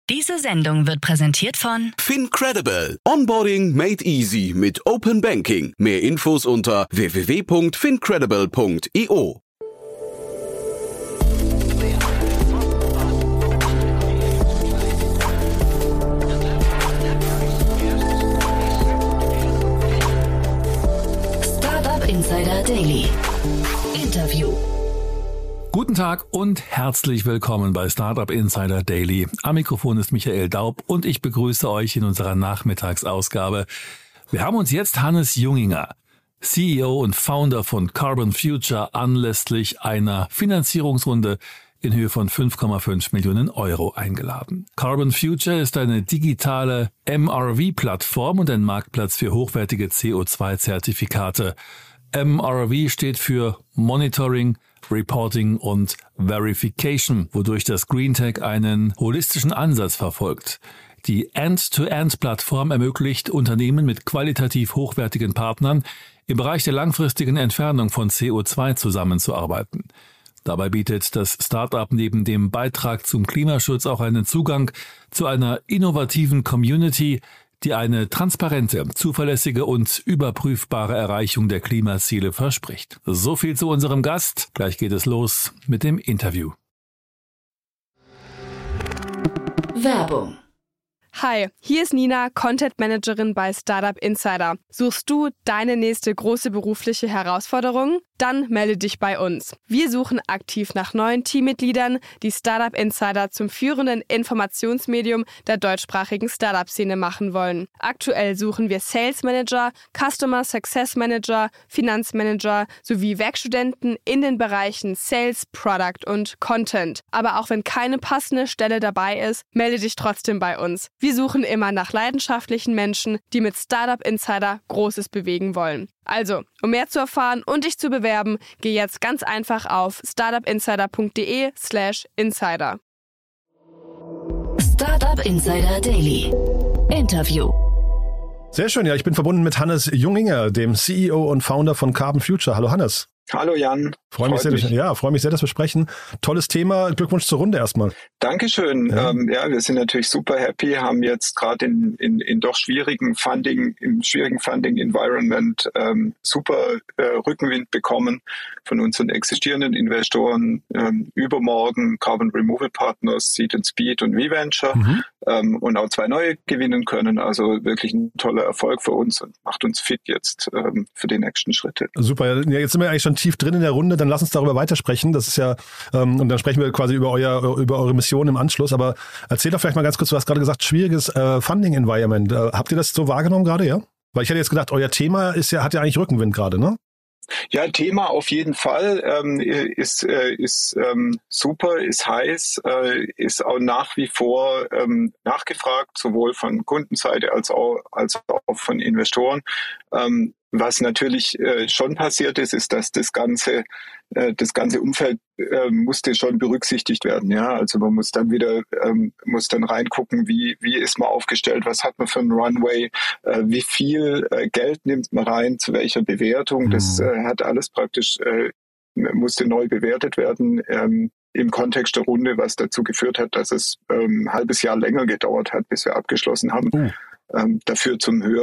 Diese Sendung wird präsentiert von FinCredible. Onboarding made easy mit Open Banking. Mehr Infos unter www.fincredible.io. Startup Insider Daily. Interview. Guten Tag und herzlich willkommen bei Startup Insider Daily. Am Mikrofon ist Michael Daub und ich begrüße euch in unserer Nachmittagsausgabe. Wir haben uns jetzt Hannes Junginger, CEO und Founder von Carbon Future, anlässlich einer Finanzierungsrunde in Höhe von 5,5 Millionen Euro eingeladen. Carbon Future ist eine digitale MRV-Plattform und ein Marktplatz für hochwertige CO2-Zertifikate. MRV steht für Monitoring, Reporting und Verification, wodurch das GreenTech einen holistischen Ansatz verfolgt. Die End-to-End-Plattform ermöglicht Unternehmen mit qualitativ hochwertigen Partnern im Bereich der langfristigen Entfernung von CO2 zusammenzuarbeiten. Dabei bietet das Startup neben dem Beitrag zum Klimaschutz auch einen Zugang zu einer innovativen Community, die eine transparente, zuverlässige und überprüfbare Erreichung der Klimaziele verspricht. So viel zu unserem Gast. Gleich geht es los mit dem Interview. Werbung. Hi, hier ist Nina, Content Managerin bei Startup Insider. Suchst du deine nächste große berufliche Herausforderung? Dann melde dich bei uns. Wir suchen aktiv nach neuen Teammitgliedern, die Startup Insider zum führenden Informationsmedium der deutschsprachigen Startup-Szene machen wollen. Aktuell suchen wir Sales Manager, Customer Success Manager, Finanzmanager sowie Werkstudenten in den Bereichen Sales, Product und Content. Aber auch wenn keine passende Stelle dabei ist, melde dich trotzdem bei uns. Wir suchen immer nach leidenschaftlichen Menschen, die mit Startup Insider Großes bewegen wollen. Also, um mehr zu erfahren und dich zu bewerben, geh jetzt ganz einfach auf startupinsider.de/insider. Startup Insider Daily. Interview. Sehr schön, ja, ich bin verbunden mit Hannes Junginger, dem CEO und Founder von Carbon Future. Hallo Hannes. Hallo Jan. Freue mich sehr, dass wir sprechen. Tolles Thema. Glückwunsch zur Runde erstmal. Dankeschön. Ja, wir sind natürlich super happy, haben jetzt gerade in doch schwierigen Funding-Environment super Rückenwind bekommen von unseren existierenden Investoren. Übermorgen Carbon Removal Partners, Seed & Speed und V-Venture und auch 2 neue gewinnen können. Also wirklich ein toller Erfolg für uns und macht uns fit jetzt für die nächsten Schritte. Super. Ja, jetzt sind wir eigentlich schon tief drin in der Runde, dann lass uns darüber weitersprechen. Das ist ja, und dann sprechen wir quasi über eure Mission im Anschluss. Aber erzähl doch vielleicht mal ganz kurz, du hast gerade gesagt, schwieriges Funding-Environment. Habt ihr das so wahrgenommen gerade, ja? Weil ich hätte jetzt gedacht, euer Thema hat ja eigentlich Rückenwind gerade, ne? Ja, Thema auf jeden Fall ist super, ist heiß, ist auch nach wie vor nachgefragt, sowohl von Kundenseite als auch von Investoren. Was natürlich schon passiert ist, dass das ganze Umfeld musste schon berücksichtigt werden. Ja, also man muss dann reingucken, wie ist man aufgestellt, was hat man für einen Runway, wie viel Geld nimmt man rein, zu welcher Bewertung. Das hat alles praktisch musste neu bewertet werden. Im Kontext der Runde, was dazu geführt hat, dass es ein halbes Jahr länger gedauert hat, bis wir abgeschlossen haben. Dafür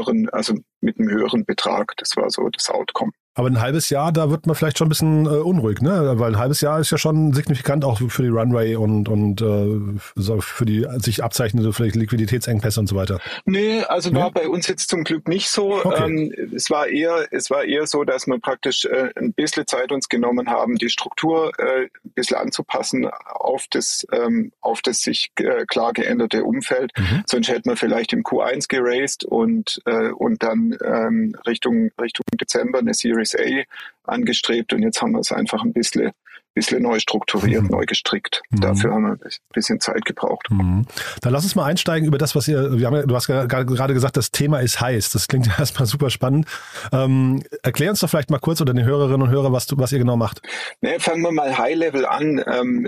mit einem höheren Betrag. Das war so das Outcome. Aber ein halbes Jahr, da wird man vielleicht schon ein bisschen unruhig, ne? Weil ein halbes Jahr ist ja schon signifikant auch für die Runway und für die sich abzeichnende vielleicht Liquiditätsengpässe und so weiter. Nee, also war bei uns jetzt zum Glück nicht so. Okay. Es war eher so, dass wir praktisch ein bisschen Zeit uns genommen haben, die Struktur ein bisschen anzupassen auf das sich klar geänderte Umfeld. Sonst hätten wir vielleicht im Q1 geraced und dann Richtung Dezember eine Series A angestrebt, und jetzt haben wir es einfach ein bisschen neu strukturiert, neu gestrickt. Dafür haben wir ein bisschen Zeit gebraucht. Dann lass uns mal einsteigen über das, du hast gerade gesagt, das Thema ist heiß. Das klingt ja erstmal super spannend. Erklär uns doch vielleicht mal kurz oder den Hörerinnen und Hörern, was ihr genau macht. Fangen wir mal High-Level an.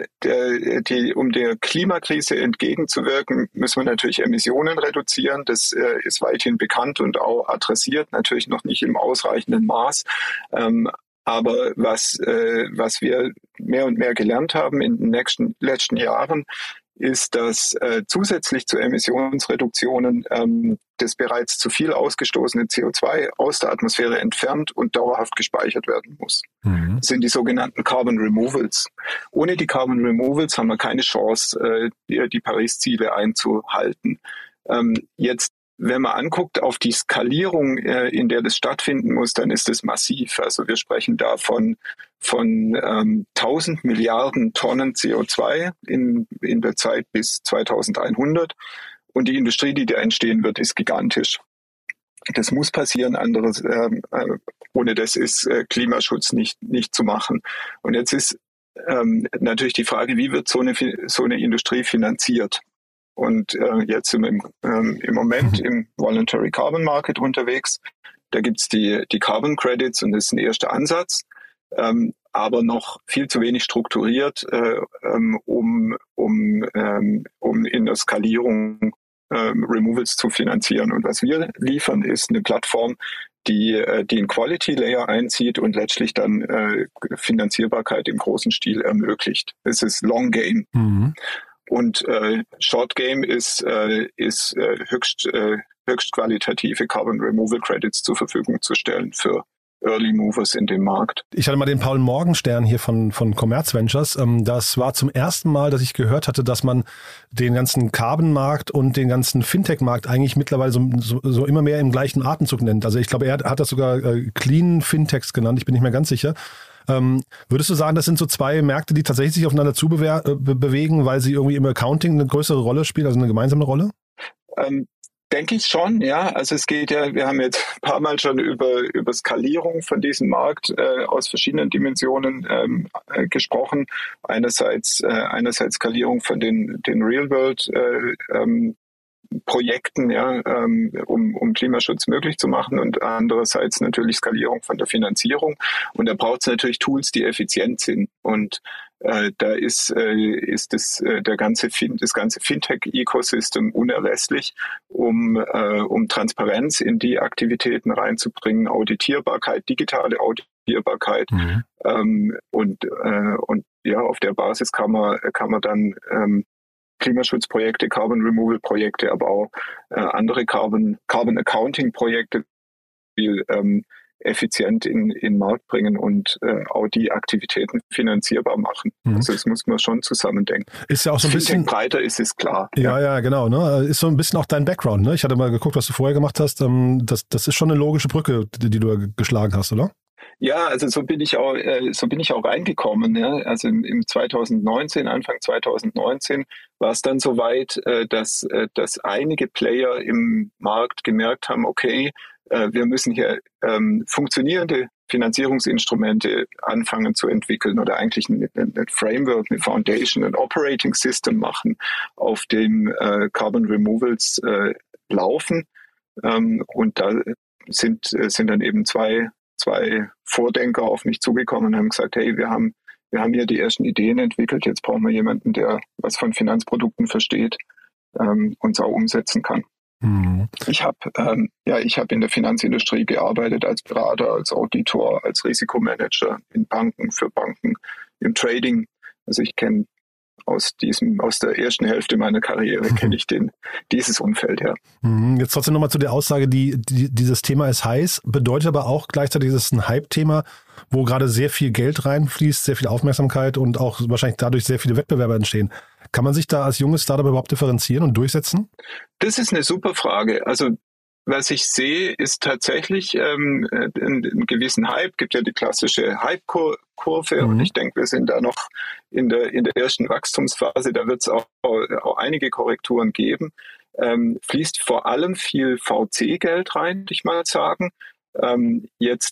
Um der Klimakrise entgegenzuwirken, müssen wir natürlich Emissionen reduzieren. Das ist weithin bekannt und auch adressiert, natürlich noch nicht im ausreichenden Maß. Aber was wir mehr und mehr gelernt haben in den letzten Jahren, ist, dass zusätzlich zu Emissionsreduktionen das bereits zu viel ausgestoßene CO2 aus der Atmosphäre entfernt und dauerhaft gespeichert werden muss. Das sind die sogenannten Carbon Removals. Ohne die Carbon Removals haben wir keine Chance, die Paris-Ziele einzuhalten. Jetzt, wenn man anguckt auf die Skalierung, in der das stattfinden muss, dann ist es massiv. Also wir sprechen da von 1000 Milliarden Tonnen CO2 in der Zeit bis 2100. Und die Industrie, die da entstehen wird, ist gigantisch. Das muss passieren, anderes, ohne das ist Klimaschutz nicht zu machen. Und jetzt ist natürlich die Frage, wie wird so eine Industrie finanziert? Und jetzt sind wir im Moment im Voluntary Carbon Market unterwegs. Da gibt's die Carbon Credits und das ist ein erster Ansatz, aber noch viel zu wenig strukturiert, um in der Skalierung Removals zu finanzieren. Und was wir liefern, ist eine Plattform, die einen Quality Layer einzieht und letztlich dann Finanzierbarkeit im großen Stil ermöglicht. Das ist Long Game. Und Short Game ist höchst qualitative Carbon Removal Credits zur Verfügung zu stellen für Early Movers in dem Markt. Ich hatte mal den Paul Morgenstern hier von Commerz Ventures. Das war zum ersten Mal, dass ich gehört hatte, dass man den ganzen Carbon-Markt und den ganzen Fintech-Markt eigentlich mittlerweile so immer mehr im gleichen Atemzug nennt. Also ich glaube, er hat das sogar Clean Fintechs genannt. Ich bin nicht mehr ganz sicher. Würdest du sagen, das sind so zwei Märkte, die tatsächlich sich aufeinander bewegen, weil sie irgendwie im Accounting eine größere Rolle spielen, also eine gemeinsame Rolle? Denke ich schon, ja. Also es geht ja, wir haben jetzt ein paar Mal schon über Skalierung von diesem Markt aus verschiedenen Dimensionen gesprochen. Einerseits Skalierung von den Real-World Projekten, ja, um Klimaschutz möglich zu machen und andererseits natürlich Skalierung von der Finanzierung. Und da braucht es natürlich Tools, die effizient sind. Und da ist das ganze Fintech-Ecosystem unerlässlich, um Transparenz in die Aktivitäten reinzubringen, Auditierbarkeit, digitale Auditierbarkeit. Und ja, auf der Basis kann man dann Klimaschutzprojekte, Carbon Removal Projekte, aber auch andere Carbon Accounting Projekte viel effizient in den Markt bringen und auch die Aktivitäten finanzierbar machen. Also das muss man schon zusammendenken. Ist ja auch so ein bisschen breiter, ist es klar. Ja, genau. Ne? Ist so ein bisschen auch dein Background. Ne? Ich hatte mal geguckt, was du vorher gemacht hast. Das ist schon eine logische Brücke, die du geschlagen hast, oder? Ja, also so bin ich auch reingekommen. Ja. Also im 2019, Anfang 2019 war es dann soweit, dass einige Player im Markt gemerkt haben, okay, wir müssen hier funktionierende Finanzierungsinstrumente anfangen zu entwickeln oder eigentlich ein Framework, eine Foundation, ein Operating System machen, auf dem Carbon Removals laufen. Und da sind dann eben zwei Vordenker auf mich zugekommen und haben gesagt, hey, wir haben hier die ersten Ideen entwickelt, jetzt brauchen wir jemanden, der was von Finanzprodukten versteht und es auch umsetzen kann. Ich habe in der Finanzindustrie gearbeitet als Berater, als Auditor, als Risikomanager in Banken, für Banken, im Trading. Also ich kenne aus der ersten Hälfte meiner Karriere kenne ich dieses Umfeld, ja. Jetzt trotzdem nochmal zu der Aussage, dieses Thema ist heiß, bedeutet aber auch gleichzeitig, es ist ein Hype-Thema, wo gerade sehr viel Geld reinfließt, sehr viel Aufmerksamkeit und auch wahrscheinlich dadurch sehr viele Wettbewerber entstehen. Kann man sich da als junges Startup überhaupt differenzieren und durchsetzen? Das ist eine super Frage. Also was ich sehe, ist tatsächlich einen gewissen Hype. Gibt ja die klassische Hype-Kurve und ich denke, wir sind da noch in der ersten Wachstumsphase. Da wird es auch einige Korrekturen geben. Fließt vor allem viel VC-Geld rein, würde ich mal sagen. Jetzt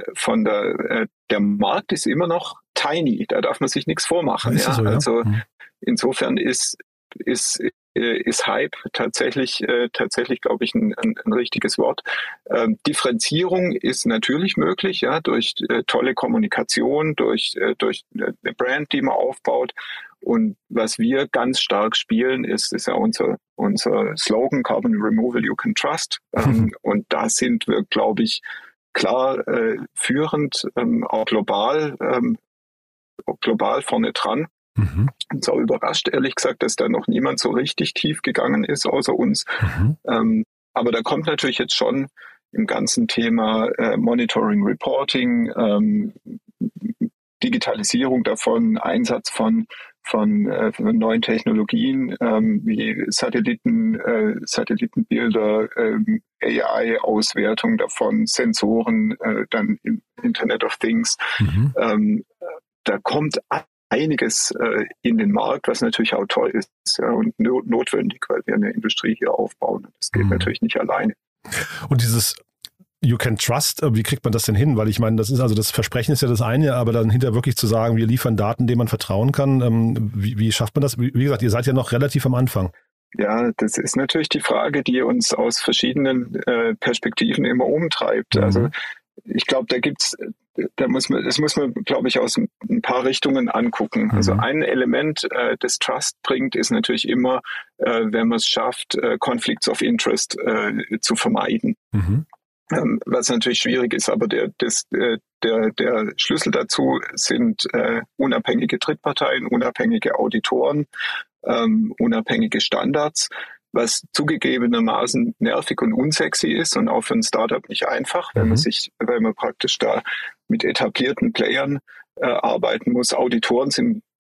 der Markt ist immer noch tiny. Da darf man sich nichts vormachen. Ja? So, ja? Also insofern ist Hype tatsächlich, glaube ich, ein richtiges Wort. Differenzierung ist natürlich möglich, ja, durch tolle Kommunikation, durch eine Brand, die man aufbaut. Und was wir ganz stark spielen, ist ja unser Slogan, Carbon Removal You Can Trust. Und da sind wir, glaube ich, klar führend, auch global vorne dran. Uns auch überrascht, ehrlich gesagt, dass da noch niemand so richtig tief gegangen ist, außer uns. Aber da kommt natürlich jetzt schon im ganzen Thema Monitoring, Reporting, Digitalisierung davon, Einsatz von neuen Technologien wie Satellitenbilder, AI-Auswertung davon, Sensoren, dann Internet of Things. Da kommt einiges in den Markt, was natürlich auch toll ist, ja, und notwendig, weil wir eine Industrie hier aufbauen. Das geht natürlich nicht alleine. Und dieses You can trust, wie kriegt man das denn hin? Weil ich meine, das Versprechen ist ja das eine, aber dann hinterher wirklich zu sagen, wir liefern Daten, denen man vertrauen kann. Wie schafft man das? Wie gesagt, ihr seid ja noch relativ am Anfang. Ja, das ist natürlich die Frage, die uns aus verschiedenen Perspektiven immer umtreibt. Also ich glaube, das muss man, glaube ich, aus ein paar Richtungen angucken. Also ein Element, das Trust bringt, ist natürlich immer, wenn man es schafft, Conflicts of Interest zu vermeiden. Was natürlich schwierig ist, aber der Schlüssel dazu sind unabhängige Drittparteien, unabhängige Auditoren, unabhängige Standards, was zugegebenermaßen nervig und unsexy ist und auch für ein Startup nicht einfach, wenn man praktisch da mit etablierten Playern arbeiten muss. Auditoren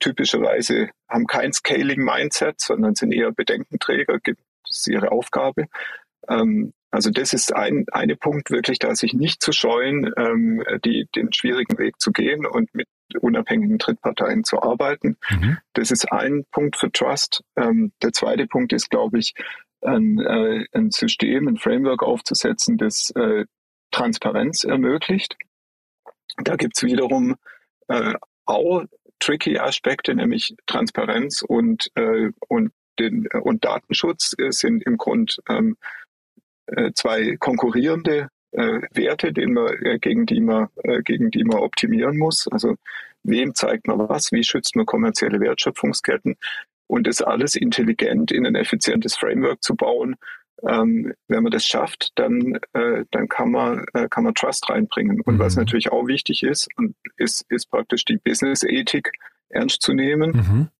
haben kein Scaling-Mindset, sondern sind eher Bedenkenträger, das ist ihre Aufgabe. Also das ist eine Punkt, wirklich da sich nicht zu scheuen, den schwierigen Weg zu gehen und mit unabhängigen Drittparteien zu arbeiten. Das ist ein Punkt für Trust. Der zweite Punkt ist, glaube ich, ein System, ein Framework aufzusetzen, das Transparenz ermöglicht. Da gibt's wiederum auch tricky Aspekte, nämlich Transparenz und Datenschutz sind im Grunde zwei konkurrierende Werte, gegen die man optimieren muss. Also wem zeigt man was, wie schützt man kommerzielle Wertschöpfungsketten und das alles intelligent in ein effizientes Framework zu bauen. Wenn man das schafft, dann kann man Trust reinbringen. Und was natürlich auch wichtig ist praktisch die Business-Ethik ernst zu nehmen,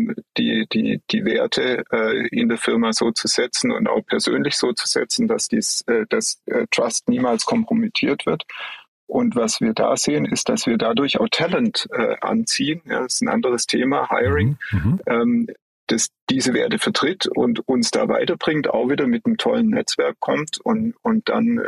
die Werte in der Firma so zu setzen und auch persönlich so zu setzen, dass Trust niemals kompromittiert wird. Und was wir da sehen, ist, dass wir dadurch auch Talent anziehen. Ja, das ist ein anderes Thema, Hiring, das diese Werte vertritt und uns da weiterbringt, auch wieder mit einem tollen Netzwerk kommt und dann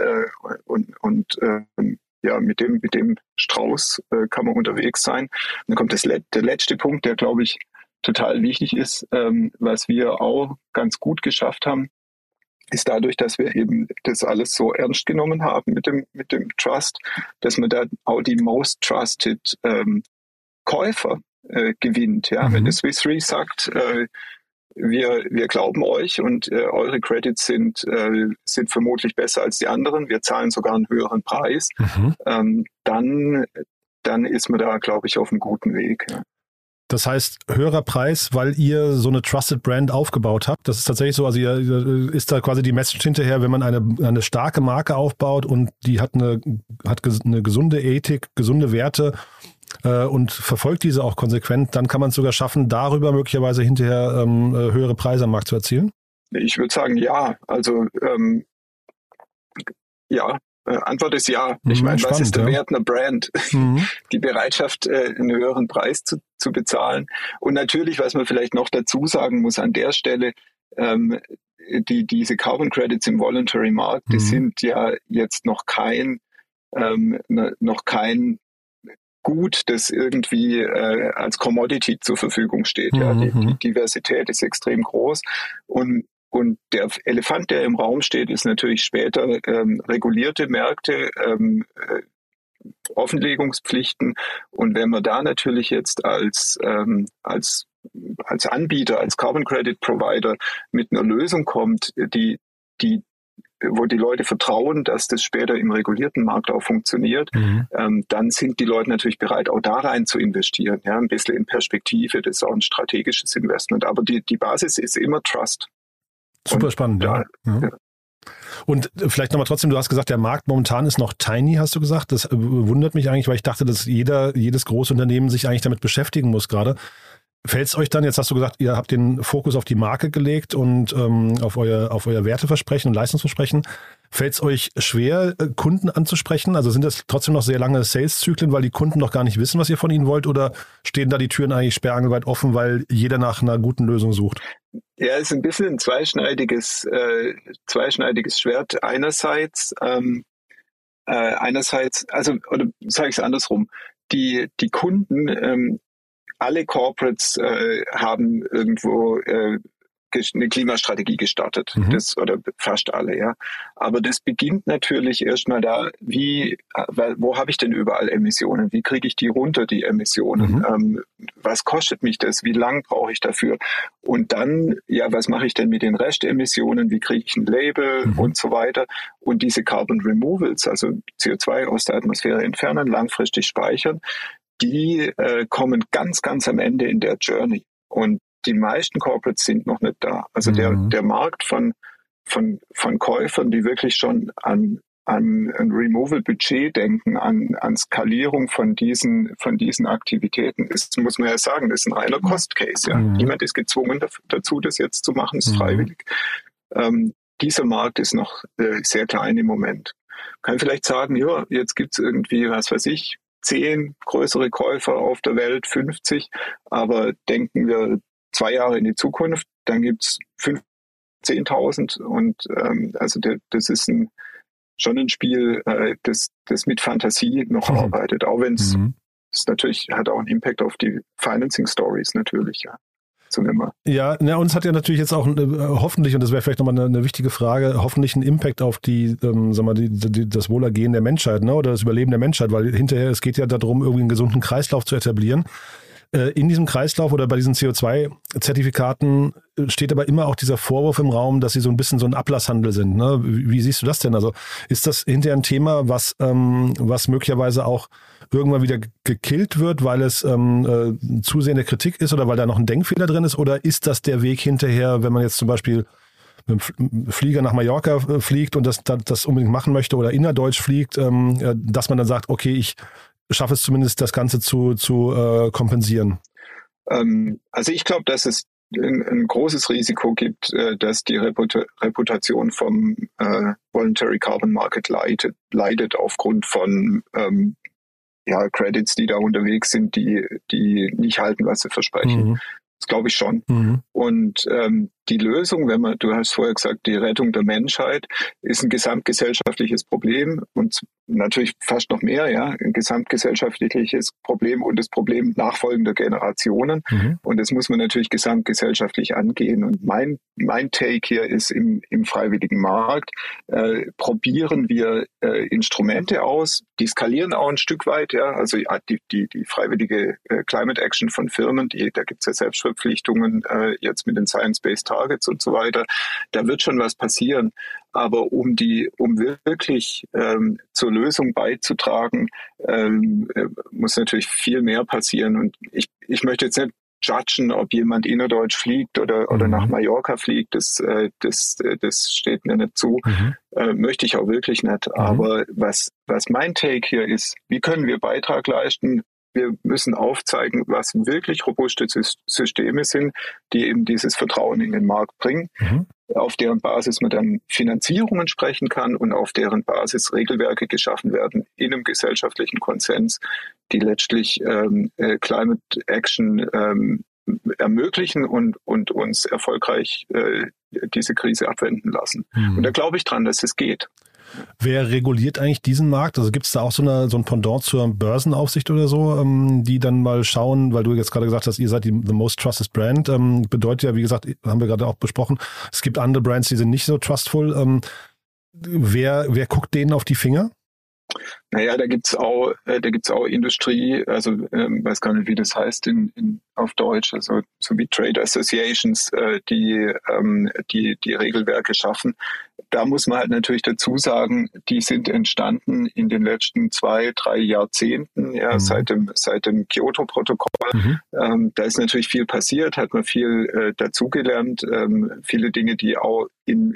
mit dem Strauß kann man unterwegs sein. Und dann kommt der letzte Punkt, der, glaube ich, total wichtig ist, was wir auch ganz gut geschafft haben, ist dadurch, dass wir eben das alles so ernst genommen haben mit dem Trust, dass man da auch die most trusted Käufer gewinnt. Ja? Wenn der Swiss Re sagt, wir glauben euch und eure Credits sind vermutlich besser als die anderen, wir zahlen sogar einen höheren Preis, dann ist man da, glaube ich, auf einem guten Weg. Ja. Das heißt, höherer Preis, weil ihr so eine Trusted Brand aufgebaut habt. Das ist tatsächlich so, also ist da quasi die Message hinterher, wenn man eine starke Marke aufbaut und die hat eine gesunde Ethik, gesunde Werte und verfolgt diese auch konsequent, dann kann man es sogar schaffen, darüber möglicherweise hinterher höhere Preise am Markt zu erzielen? Ich würde sagen, ja. Also Antwort ist ja. Ich meine, was ist der Wert einer Brand? Die Bereitschaft, einen höheren Preis zu bezahlen. Und natürlich, was man vielleicht noch dazu sagen muss an der Stelle, diese Carbon Credits im Voluntary Markt, die sind ja jetzt noch kein Gut, das irgendwie als Commodity zur Verfügung steht. Ja, die Diversität ist extrem groß und der Elefant, der im Raum steht, ist natürlich später regulierte Märkte, Offenlegungspflichten. Und wenn man da natürlich jetzt als Anbieter, als Carbon Credit Provider mit einer Lösung kommt, wo die Leute vertrauen, dass das später im regulierten Markt auch funktioniert, dann sind die Leute natürlich bereit, auch da rein zu investieren. Ja, ein bisschen in Perspektive, das ist auch ein strategisches Investment. Aber die Basis ist immer Trust. Super spannend, ja. Und vielleicht nochmal trotzdem, du hast gesagt, der Markt momentan ist noch tiny, hast du gesagt. Das wundert mich eigentlich, weil ich dachte, dass jedes große Unternehmen sich eigentlich damit beschäftigen muss gerade. Fällt es euch dann, jetzt hast du gesagt, ihr habt den Fokus auf die Marke gelegt und auf euer Werteversprechen und Leistungsversprechen. Fällt es euch schwer, Kunden anzusprechen? Also sind das trotzdem noch sehr lange Sales-Zyklen, weil die Kunden noch gar nicht wissen, was ihr von ihnen wollt? Oder stehen da die Türen eigentlich sperrangelweit offen, weil jeder nach einer guten Lösung sucht? Ja, es ist ein bisschen ein zweischneidiges Schwert. Einerseits, oder sage ich es andersrum, die Kunden, alle Corporates haben irgendwo eine Klimastrategie gestartet, oder fast alle, ja. Aber das beginnt natürlich erstmal da, wo habe ich denn überall Emissionen? Wie kriege ich die runter, die Emissionen? Was kostet mich das? Wie lang brauche ich dafür? Und dann, ja, was mache ich denn mit den Restemissionen? Wie kriege ich ein Label und so weiter? Und diese Carbon Removals, also CO2 aus der Atmosphäre entfernen, langfristig speichern, die kommen ganz, ganz am Ende in der Journey. Und die meisten Corporates sind noch nicht da. Also der Markt von Käufern, die wirklich schon an ein Removal-Budget denken, an Skalierung von diesen Aktivitäten, ist, muss man ja sagen, das ist ein reiner Cost-Case. Ja. Niemand ist gezwungen dazu, das jetzt zu machen, ist freiwillig. Dieser Markt ist noch sehr klein im Moment. Kann vielleicht sagen, ja, jetzt gibt's irgendwie, was weiß ich, 10 größere Käufer auf der Welt, 50, aber denken wir 2 Jahre in die Zukunft, dann gibt's 10.000 und also das ist schon ein Spiel, das mit Fantasie noch arbeitet, auch wenn es natürlich hat auch einen Impact auf die Financing Stories natürlich, ja. Ja, uns hat ja natürlich jetzt auch hoffentlich, und das wäre vielleicht nochmal eine wichtige Frage, hoffentlich einen Impact auf das Wohlergehen der Menschheit, ne, oder das Überleben der Menschheit, weil hinterher, es geht ja darum, irgendwie einen gesunden Kreislauf zu etablieren. In diesem Kreislauf oder bei diesen CO2-Zertifikaten steht aber immer auch dieser Vorwurf im Raum, dass sie so ein bisschen so ein Ablasshandel sind. Ne? Wie siehst du das denn? Also ist das hinterher ein Thema, was möglicherweise auch irgendwann wieder gekillt wird, weil es zusehende Kritik ist oder weil da noch ein Denkfehler drin ist? Oder ist das der Weg hinterher, wenn man jetzt zum Beispiel mit dem Flieger nach Mallorca fliegt und das unbedingt machen möchte oder innerdeutsch fliegt, dass man dann sagt, okay, ich schaffe es zumindest, das Ganze zu kompensieren? Also ich glaube, dass es ein großes Risiko gibt, dass die Reputation vom Voluntary Carbon Market leidet aufgrund von Credits, die da unterwegs sind, die nicht halten, was sie versprechen. Das glaube ich schon. Und die Lösung, du hast vorher gesagt, die Rettung der Menschheit, ist ein gesamtgesellschaftliches Problem und natürlich fast noch mehr, ja, ein gesamtgesellschaftliches Problem und das Problem nachfolgender Generationen. Und das muss man natürlich gesamtgesellschaftlich angehen. Und mein Take hier ist, im freiwilligen Markt probieren wir Instrumente aus, die skalieren auch ein Stück weit, ja, also die freiwillige Climate Action von Firmen, da gibt es ja Selbstverpflichtungen jetzt mit den Science-Based Targets und so weiter, da wird schon was passieren. Aber um wirklich zur Lösung beizutragen, muss natürlich viel mehr passieren. Und ich möchte jetzt nicht judgen, ob jemand innerdeutsch fliegt oder nach Mallorca fliegt. Das steht mir nicht zu. Möchte ich auch wirklich nicht. Aber was mein Take hier ist, wie können wir Beitrag leisten? Wir müssen aufzeigen, was wirklich robuste Systeme sind, die eben dieses Vertrauen in den Markt bringen, auf deren Basis man dann Finanzierungen sprechen kann und auf deren Basis Regelwerke geschaffen werden in einem gesellschaftlichen Konsens, die letztlich Climate Action ermöglichen und uns erfolgreich diese Krise abwenden lassen. Und da glaube ich dran, dass es geht. Wer reguliert eigentlich diesen Markt? Also gibt es da auch so ein Pendant zur Börsenaufsicht oder so, die dann mal schauen, weil du jetzt gerade gesagt hast, ihr seid the most trusted brand, bedeutet ja, wie gesagt, haben wir gerade auch besprochen, es gibt andere Brands, die sind nicht so trustful. Wer guckt denen auf die Finger? Naja, da gibt's auch Industrie, also weiß gar nicht, wie das heißt auf Deutsch, also so wie Trade Associations, die Regelwerke schaffen. Da muss man halt natürlich dazu sagen, die sind entstanden in den letzten 2-3 Jahrzehnten, ja, seit dem Kyoto-Protokoll. Da ist natürlich viel passiert, hat man viel dazugelernt, viele Dinge, die auch in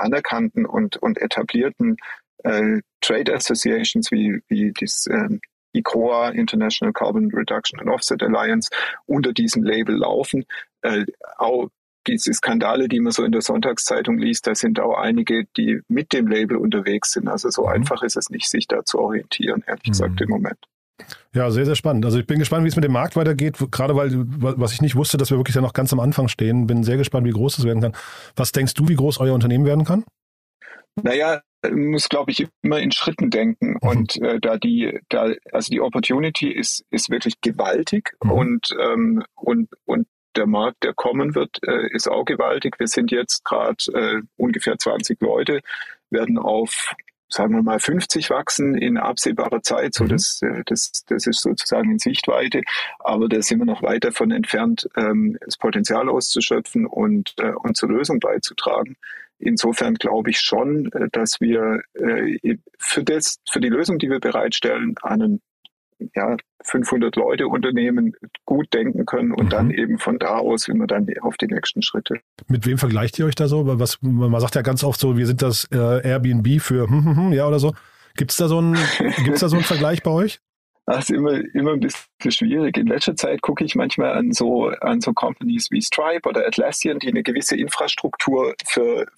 anerkannten und etablierten Trade Associations wie das ICROA, International Carbon Reduction and Offset Alliance, unter diesem Label laufen. Auch diese Skandale, die man so in der Sonntagszeitung liest, da sind auch einige, die mit dem Label unterwegs sind. Also so einfach ist es nicht, sich da zu orientieren, ehrlich gesagt, im Moment. Ja, sehr, sehr spannend. Also ich bin gespannt, wie es mit dem Markt weitergeht, gerade weil, was ich nicht wusste, dass wir wirklich ja noch ganz am Anfang stehen. Bin sehr gespannt, wie groß es werden kann. Was denkst du, wie groß euer Unternehmen werden kann? Naja, man muss, glaube ich, immer in Schritten denken. Und die Opportunity ist wirklich gewaltig und der Markt, der kommen wird, ist auch gewaltig. Wir sind jetzt gerade ungefähr 20 Leute, werden auf, sagen wir mal, 50 wachsen in absehbarer Zeit. So, das ist sozusagen in Sichtweite. Aber da sind wir noch weit davon entfernt, das Potenzial auszuschöpfen und zur Lösung beizutragen. Insofern glaube ich schon, dass wir für die Lösung, die wir bereitstellen, einen 500-Leute-Unternehmen gut denken können und dann eben von da aus, wenn wir dann auf die nächsten Schritte. Mit wem vergleicht ihr euch da so? Man sagt ja ganz oft so, wir sind das Airbnb für ja oder so. Gibt's da so einen Vergleich bei euch? Das ist immer ein bisschen schwierig. In letzter Zeit gucke ich manchmal an so Companies wie Stripe oder Atlassian, die eine gewisse Infrastruktur für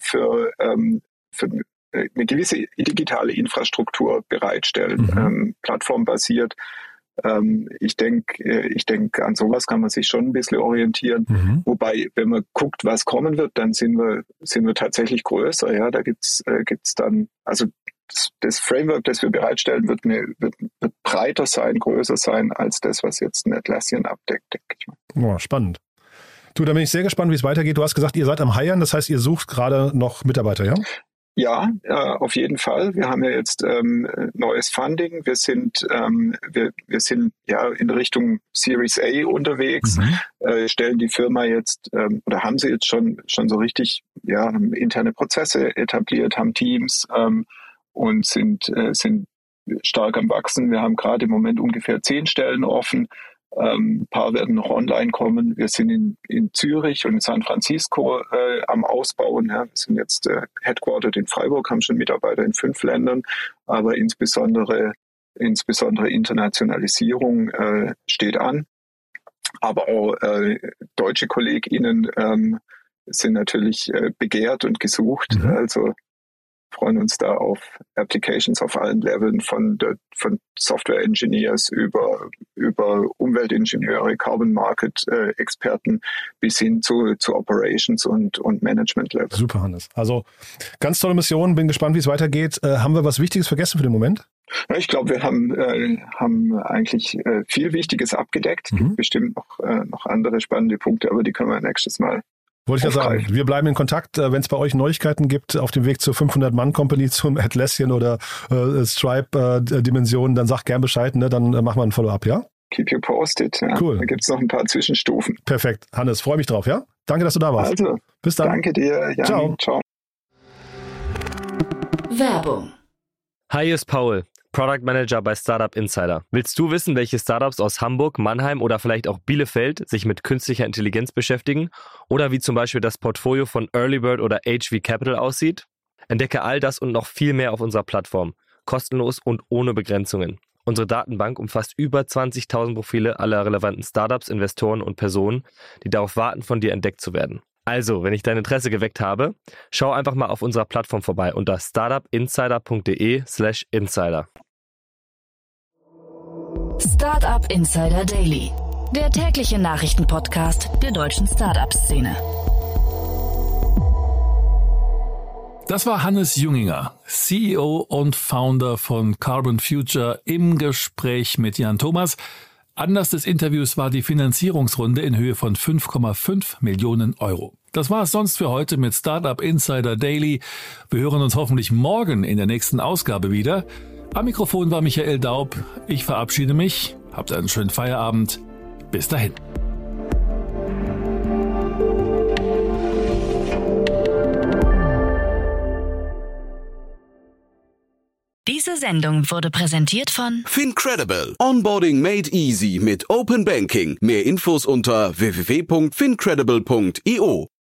eine gewisse digitale Infrastruktur bereitstellen, plattformbasiert. Ich denke, an sowas kann man sich schon ein bisschen orientieren. Wobei, wenn man guckt, was kommen wird, dann sind wir tatsächlich größer. Ja, da gibt's dann, also das Framework, das wir bereitstellen, wird breiter sein, größer sein als das, was jetzt ein Atlassian abdeckt, denke ich mal. Oh, spannend. Du, da bin ich sehr gespannt, wie es weitergeht. Du hast gesagt, ihr seid am Hiren, das heißt, ihr sucht gerade noch Mitarbeiter, ja? Ja, auf jeden Fall. Wir haben ja jetzt neues Funding. Wir sind ja in Richtung Series A unterwegs, stellen die Firma jetzt oder haben sie jetzt schon so richtig interne Prozesse etabliert, haben Teams und sind stark am Wachsen. Wir haben gerade im Moment ungefähr 10 Stellen offen. Ein paar werden noch online kommen. Wir sind in Zürich und in San Francisco am Ausbauen. Ja. Wir sind jetzt headquartered in Freiburg, haben schon Mitarbeiter in 5 Ländern, aber insbesondere Internationalisierung steht an. Aber auch deutsche KollegInnen sind natürlich begehrt und gesucht. Also freuen uns da auf Applications auf allen Leveln von Software Engineers über Umweltingenieure, Carbon Market Experten bis hin zu Operations und Management Level. Super, Hannes. Also ganz tolle Mission. Bin gespannt, wie es weitergeht. Haben wir was Wichtiges vergessen für den Moment? Ja, ich glaube, wir haben eigentlich viel Wichtiges abgedeckt. Gibt bestimmt noch andere spannende Punkte, aber die können wir nächstes Mal. Wollte ich ja sagen, wir bleiben in Kontakt. Wenn es bei euch Neuigkeiten gibt auf dem Weg zur 500-Mann-Company, zum Atlassian oder Stripe-Dimension, dann sag gern Bescheid, ne? Dann machen wir ein Follow-up, ja? Keep you posted. Ja. Cool. Da gibt es noch ein paar Zwischenstufen. Perfekt. Hannes, freue mich drauf, ja? Danke, dass du da warst. Also, bis dann. Danke dir, Jan. Ciao. Werbung. Hi, hier ist Paul, Product Manager bei Startup Insider. Willst du wissen, welche Startups aus Hamburg, Mannheim oder vielleicht auch Bielefeld sich mit künstlicher Intelligenz beschäftigen? Oder wie zum Beispiel das Portfolio von Earlybird oder HV Capital aussieht? Entdecke all das und noch viel mehr auf unserer Plattform. Kostenlos und ohne Begrenzungen. Unsere Datenbank umfasst über 20.000 Profile aller relevanten Startups, Investoren und Personen, die darauf warten, von dir entdeckt zu werden. Also, wenn ich dein Interesse geweckt habe, schau einfach mal auf unserer Plattform vorbei unter startupinsider.de/insider. Startup Insider Daily, der tägliche Nachrichtenpodcast der deutschen Startup-Szene. Das war Hannes Junginger, CEO und Founder von Carbon Future im Gespräch mit Jan Thomas. Anlass des Interviews war die Finanzierungsrunde in Höhe von 5,5 Millionen Euro. Das war es sonst für heute mit Startup Insider Daily. Wir hören uns hoffentlich morgen in der nächsten Ausgabe wieder. Am Mikrofon war Michael Daub. Ich verabschiede mich. Habt einen schönen Feierabend. Bis dahin. Diese Sendung wurde präsentiert von Fincredible. Onboarding made easy mit Open Banking. Mehr Infos unter www.fincredible.io.